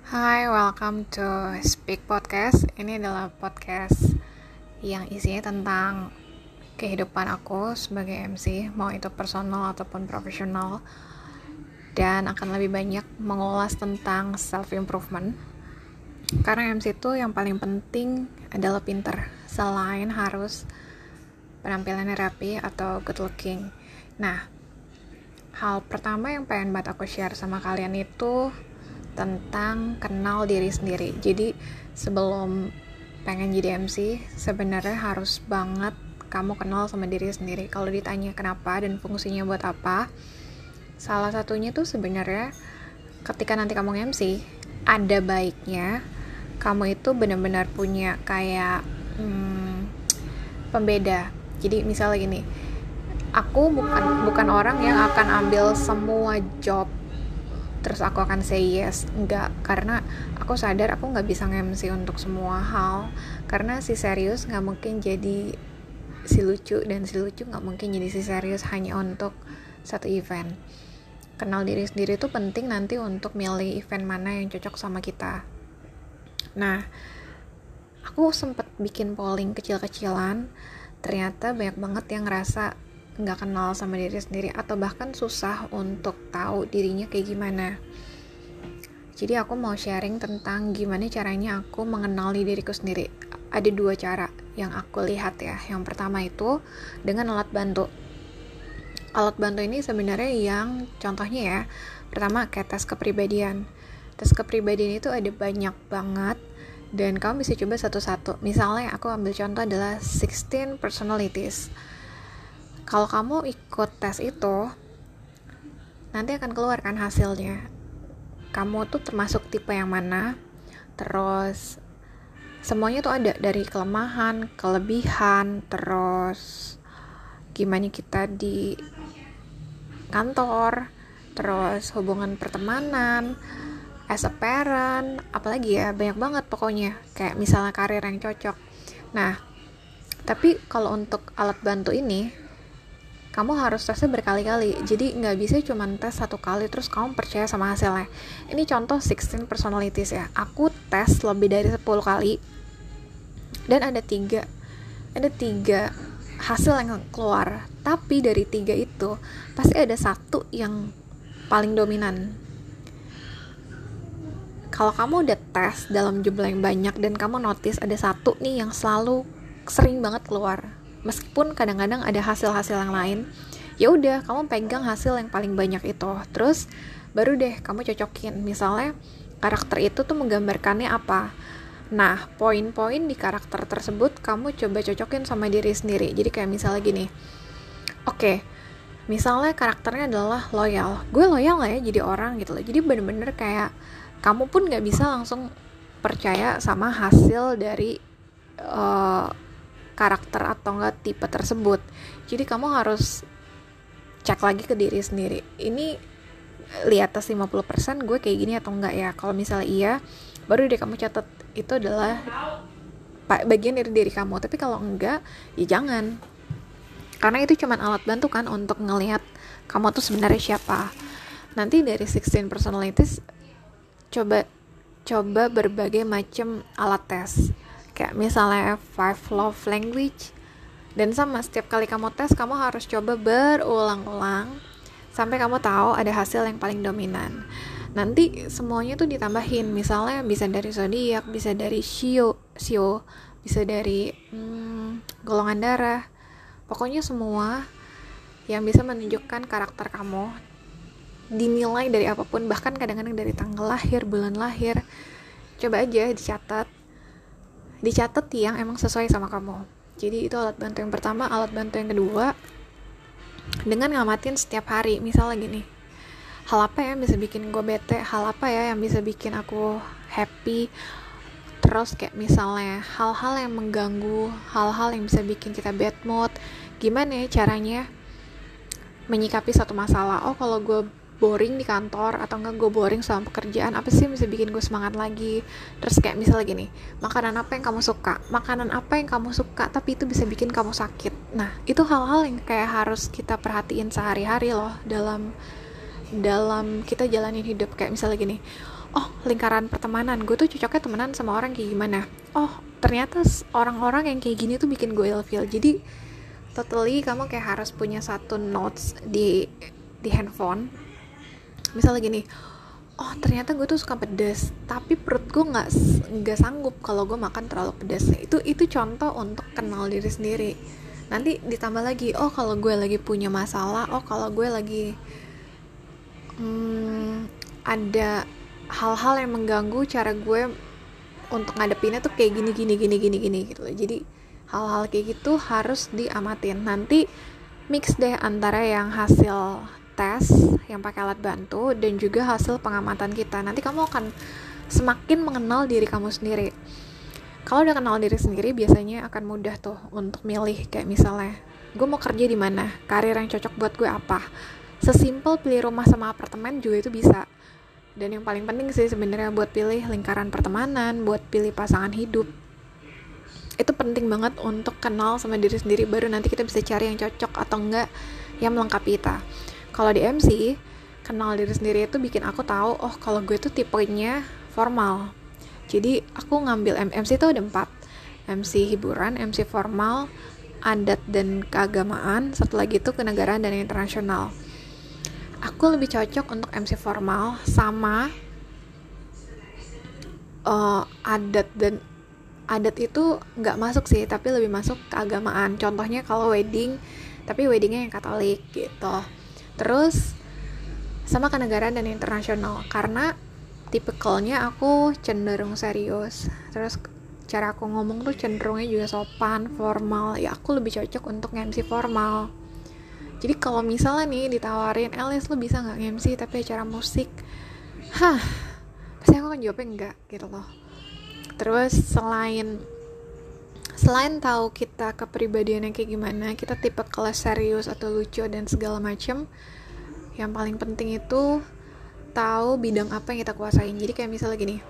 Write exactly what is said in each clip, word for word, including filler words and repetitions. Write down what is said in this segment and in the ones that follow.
Hai, welcome to Speak Podcast. Ini adalah podcast yang isinya tentang kehidupan aku sebagai M C, mau itu personal ataupun profesional, dan akan lebih banyak mengulas tentang self-improvement. Karena M C itu yang paling penting adalah pinter, selain harus penampilannya rapi atau good looking. Nah, hal pertama yang pengen banget aku share sama kalian itu tentang kenal diri sendiri. Jadi sebelum pengen jadi M C, sebenarnya harus banget kamu kenal sama diri sendiri. Kalau ditanya kenapa dan fungsinya buat apa, salah satunya tuh sebenarnya ketika nanti kamu M C, ada baiknya kamu itu benar-benar punya kayak hmm, pembeda. Jadi misalnya gini, aku bukan bukan orang yang akan ambil semua job terus aku akan say yes, enggak, karena aku sadar aku nggak bisa nge-M C untuk semua hal, karena si serius nggak mungkin jadi si lucu, dan si lucu nggak mungkin jadi si serius hanya untuk satu event. Kenal diri sendiri itu penting nanti untuk milih event mana yang cocok sama kita. Nah, aku sempet bikin polling kecil-kecilan, ternyata banyak banget yang ngerasa nggak kenal sama diri sendiri atau bahkan susah untuk tahu dirinya kayak gimana. Jadi aku mau sharing tentang gimana caranya aku mengenali diriku sendiri. Ada dua cara yang aku lihat ya. Yang pertama itu dengan alat bantu. Alat bantu ini sebenarnya yang contohnya ya, pertama kayak tes kepribadian. Tes kepribadian itu ada banyak banget dan kamu bisa coba satu-satu. Misalnya aku ambil contoh adalah sixteen personalities. Kalau kamu ikut tes itu, nanti akan keluar kan hasilnya. Kamu tuh termasuk tipe yang mana, terus semuanya tuh ada, dari kelemahan, kelebihan, terus gimana kita di kantor, terus hubungan pertemanan, as a parent, apalagi ya, banyak banget pokoknya. Kayak misalnya karir yang cocok. Nah, tapi kalau untuk alat bantu ini, kamu harus tesnya berkali-kali, jadi nggak bisa cuma tes satu kali terus kamu percaya sama hasilnya. Ini contoh sixteen personalities ya, aku tes lebih dari sepuluh kali dan ada tiga ada tiga hasil yang keluar, tapi dari tiga itu pasti ada satu yang paling dominan. Kalau kamu udah tes dalam jumlah yang banyak dan kamu notice ada satu nih yang selalu sering banget keluar, meskipun kadang-kadang ada hasil-hasil yang lain, ya udah kamu pegang hasil yang paling banyak itu, terus baru deh kamu cocokin. Misalnya karakter itu tuh menggambarkannya apa, nah poin-poin di karakter tersebut kamu coba cocokin sama diri sendiri. Jadi kayak misalnya gini, oke okay, misalnya karakternya adalah loyal, gue loyal gak ya jadi orang gitu loh. Jadi bener-bener kayak kamu pun gak bisa langsung percaya sama hasil dari uh, karakter atau enggak tipe tersebut. Jadi kamu harus cek lagi ke diri sendiri, ini di atas lima puluh persen gue kayak gini atau enggak ya. Kalau misalnya iya, baru deh kamu catat itu adalah bagian dari diri kamu. Tapi kalau enggak, ya jangan, karena itu cuma alat bantu kan untuk ngelihat kamu tuh sebenarnya siapa. Nanti dari sixteen personalities coba coba berbagai macam alat tes, kayak misalnya five love language, dan sama setiap kali kamu tes kamu harus coba berulang-ulang sampai kamu tahu ada hasil yang paling dominan. Nanti semuanya tuh ditambahin, misalnya bisa dari zodiak, bisa dari sio sio bisa dari hmm, golongan darah, pokoknya semua yang bisa menunjukkan karakter kamu, dinilai dari apapun, bahkan kadang-kadang dari tanggal lahir, bulan lahir. Coba aja dicatat dicatat yang emang sesuai sama kamu. Jadi itu alat bantu yang pertama. Alat bantu yang kedua, dengan ngamatin setiap hari. Misalnya gini, hal apa ya yang bisa bikin gue bete, hal apa ya yang bisa bikin aku happy, terus kayak misalnya hal-hal yang mengganggu, hal-hal yang bisa bikin kita bad mood, gimana ya caranya menyikapi satu masalah. Oh, kalau gue boring di kantor atau enggak gue boring sama pekerjaan, apa sih yang bisa bikin gue semangat lagi. Terus kayak misalnya gini, makanan apa yang kamu suka makanan apa yang kamu suka tapi itu bisa bikin kamu sakit. Nah, itu hal-hal yang kayak harus kita perhatiin sehari-hari loh dalam dalam kita jalanin hidup. Kayak misalnya gini, oh lingkaran pertemanan, gue tuh cocoknya temenan sama orang kayak gimana, oh ternyata orang-orang yang kayak gini tuh bikin gue ilfeel. Jadi totally kamu kayak harus punya satu notes di di handphone. Misalnya gini, oh ternyata gue tuh suka pedas, tapi perut gue nggak nggak sanggup kalau gue makan terlalu pedas. Itu itu contoh untuk kenal diri sendiri. Nanti ditambah lagi, oh kalau gue lagi punya masalah, oh kalau gue lagi hmm, ada hal-hal yang mengganggu cara gue untuk ngadepinnya tuh kayak gini gini gini gini gini gitu loh. Jadi hal-hal kayak gitu harus diamatin. Nanti mix deh antara yang hasil tes yang pakai alat bantu dan juga hasil pengamatan kita. Nanti kamu akan semakin mengenal diri kamu sendiri. Kalau udah kenal diri sendiri, biasanya akan mudah tuh untuk milih. Kayak misalnya, gue mau kerja di mana, karir yang cocok buat gue apa. Sesimpel pilih rumah sama apartemen juga itu bisa. Dan yang paling penting sih sebenarnya buat pilih lingkaran pertemanan, buat pilih pasangan hidup, itu penting banget untuk kenal sama diri sendiri. Baru nanti kita bisa cari yang cocok atau enggak yang melengkapi kita. Kalau di M C, kenal diri sendiri itu bikin aku tahu, oh kalau gue tuh tipenya formal. Jadi aku ngambil M C itu ada empat, M C hiburan, M C formal, adat dan keagamaan, satu lagi itu kenegaraan dan internasional. Aku lebih cocok untuk M C formal sama uh, adat dan adat itu nggak masuk sih, tapi lebih masuk keagamaan. Contohnya kalau wedding, tapi weddingnya yang Katolik gitu. Terus sama kenegaraan dan internasional, karena tipikalnya aku cenderung serius. Terus cara aku ngomong tuh cenderungnya juga sopan, formal. Ya aku lebih cocok untuk M C formal. Jadi kalau misalnya nih ditawarin, Elis lo bisa gak M C tapi acara musik, hah, pasti aku akan jawabnya enggak gitu loh. Terus selain selain tahu kita kepribadiannya kayak gimana, kita tipe kelas serius atau lucu dan segala macam, yang paling penting itu tahu bidang apa yang kita kuasain. Jadi kayak misalnya gini,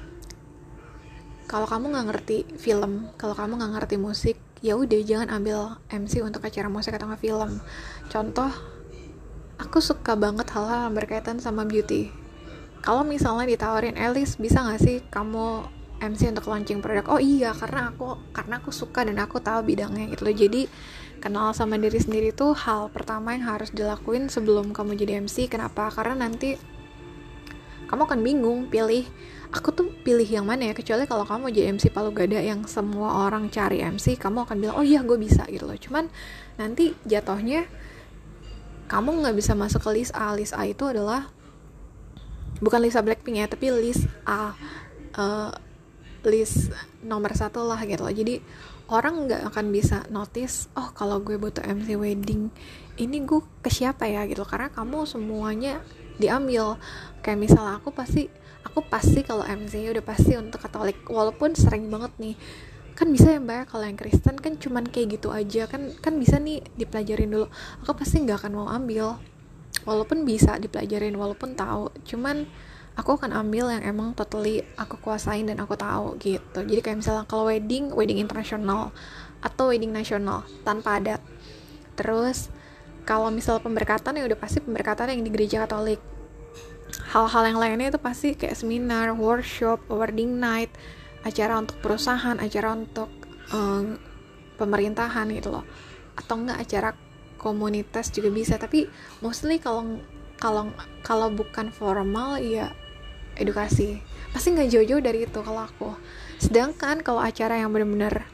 kalau kamu nggak ngerti film, kalau kamu nggak ngerti musik, ya udah jangan ambil M C untuk acara musik atau nggak film. Contoh, aku suka banget hal-hal yang berkaitan sama beauty. Kalau misalnya ditawarin, Elis bisa nggak sih kamu M C untuk launching produk? Oh iya, karena aku karena aku suka dan aku tahu bidangnya gitu loh. Jadi kenal sama diri sendiri tuh hal pertama yang harus dilakuin sebelum kamu jadi M C. Kenapa? Karena nanti kamu akan bingung pilih, aku tuh pilih yang mana ya. Kecuali kalau kamu jadi M C palu gada yang semua orang cari M C, kamu akan bilang, oh iya gue bisa gitu loh. Cuman nanti jatuhnya kamu gak bisa masuk ke list A. List A itu adalah bukan Lisa Blackpink ya, tapi list A, uh, list nomor satu lah gitu loh. Jadi orang gak akan bisa notice, oh kalau gue butuh M C wedding ini gue ke siapa ya gitu, karena kamu semuanya diambil. Kayak misalnya aku pasti aku pasti kalau M C udah pasti untuk Katolik, walaupun sering banget nih kan bisa ya mbak, kalau yang Kristen kan cuman kayak gitu aja kan kan bisa nih dipelajarin dulu. Aku pasti nggak akan mau ambil, walaupun bisa dipelajarin, walaupun tahu, cuman aku akan ambil yang emang totally aku kuasain dan aku tahu gitu. Jadi kayak misalnya kalau wedding, wedding internasional atau wedding nasional tanpa adat. Terus kalau misal pemberkatan, ya udah pasti pemberkatan yang di gereja Katolik. Hal-hal yang lainnya itu pasti kayak seminar, workshop, wedding night, acara untuk perusahaan, acara untuk um, pemerintahan gitu loh, atau enggak acara komunitas juga bisa. Tapi mostly kalau kalau kalau bukan formal ya edukasi, pasti nggak jauh-jauh dari itu kalau aku. Sedangkan kalau acara yang benar-benar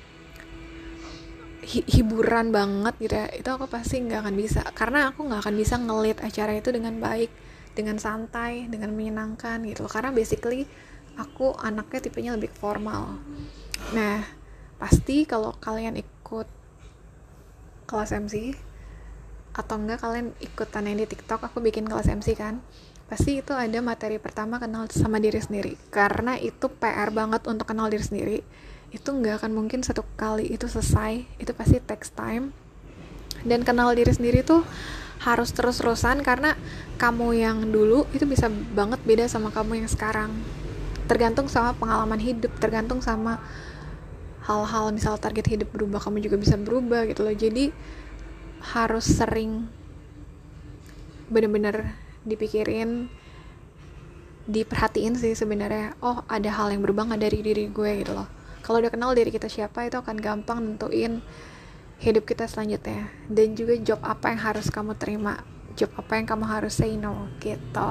hi- hiburan banget gitu ya, itu aku pasti nggak akan bisa, karena aku nggak akan bisa nge-lead acara itu dengan baik, dengan santai, dengan menyenangkan gitu. Karena basically aku anaknya tipenya lebih formal. Nah, pasti kalau kalian ikut kelas M C atau enggak kalian ikutan yang di TikTok, aku bikin kelas M C kan, pasti itu ada materi pertama kenal sama diri sendiri. Karena itu P R banget untuk kenal diri sendiri. Itu nggak akan mungkin satu kali itu selesai, itu pasti takes time. Dan kenal diri sendiri tuh harus terus-terusan, karena kamu yang dulu itu bisa banget beda sama kamu yang sekarang. Tergantung sama pengalaman hidup, tergantung sama hal-hal, misal target hidup berubah, kamu juga bisa berubah gitu loh. Jadi harus sering bener-bener dipikirin, diperhatiin sih sebenarnya. Oh, ada hal yang berubah nggak dari diri gue gitu loh. Kalau udah kenal diri kita siapa, itu akan gampang nentuin hidup kita selanjutnya. Dan juga job apa yang harus kamu terima, job apa yang kamu harus say no gitu.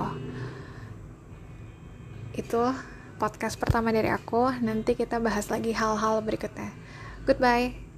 Itu podcast pertama dari aku. Nanti kita bahas lagi hal-hal berikutnya. Goodbye.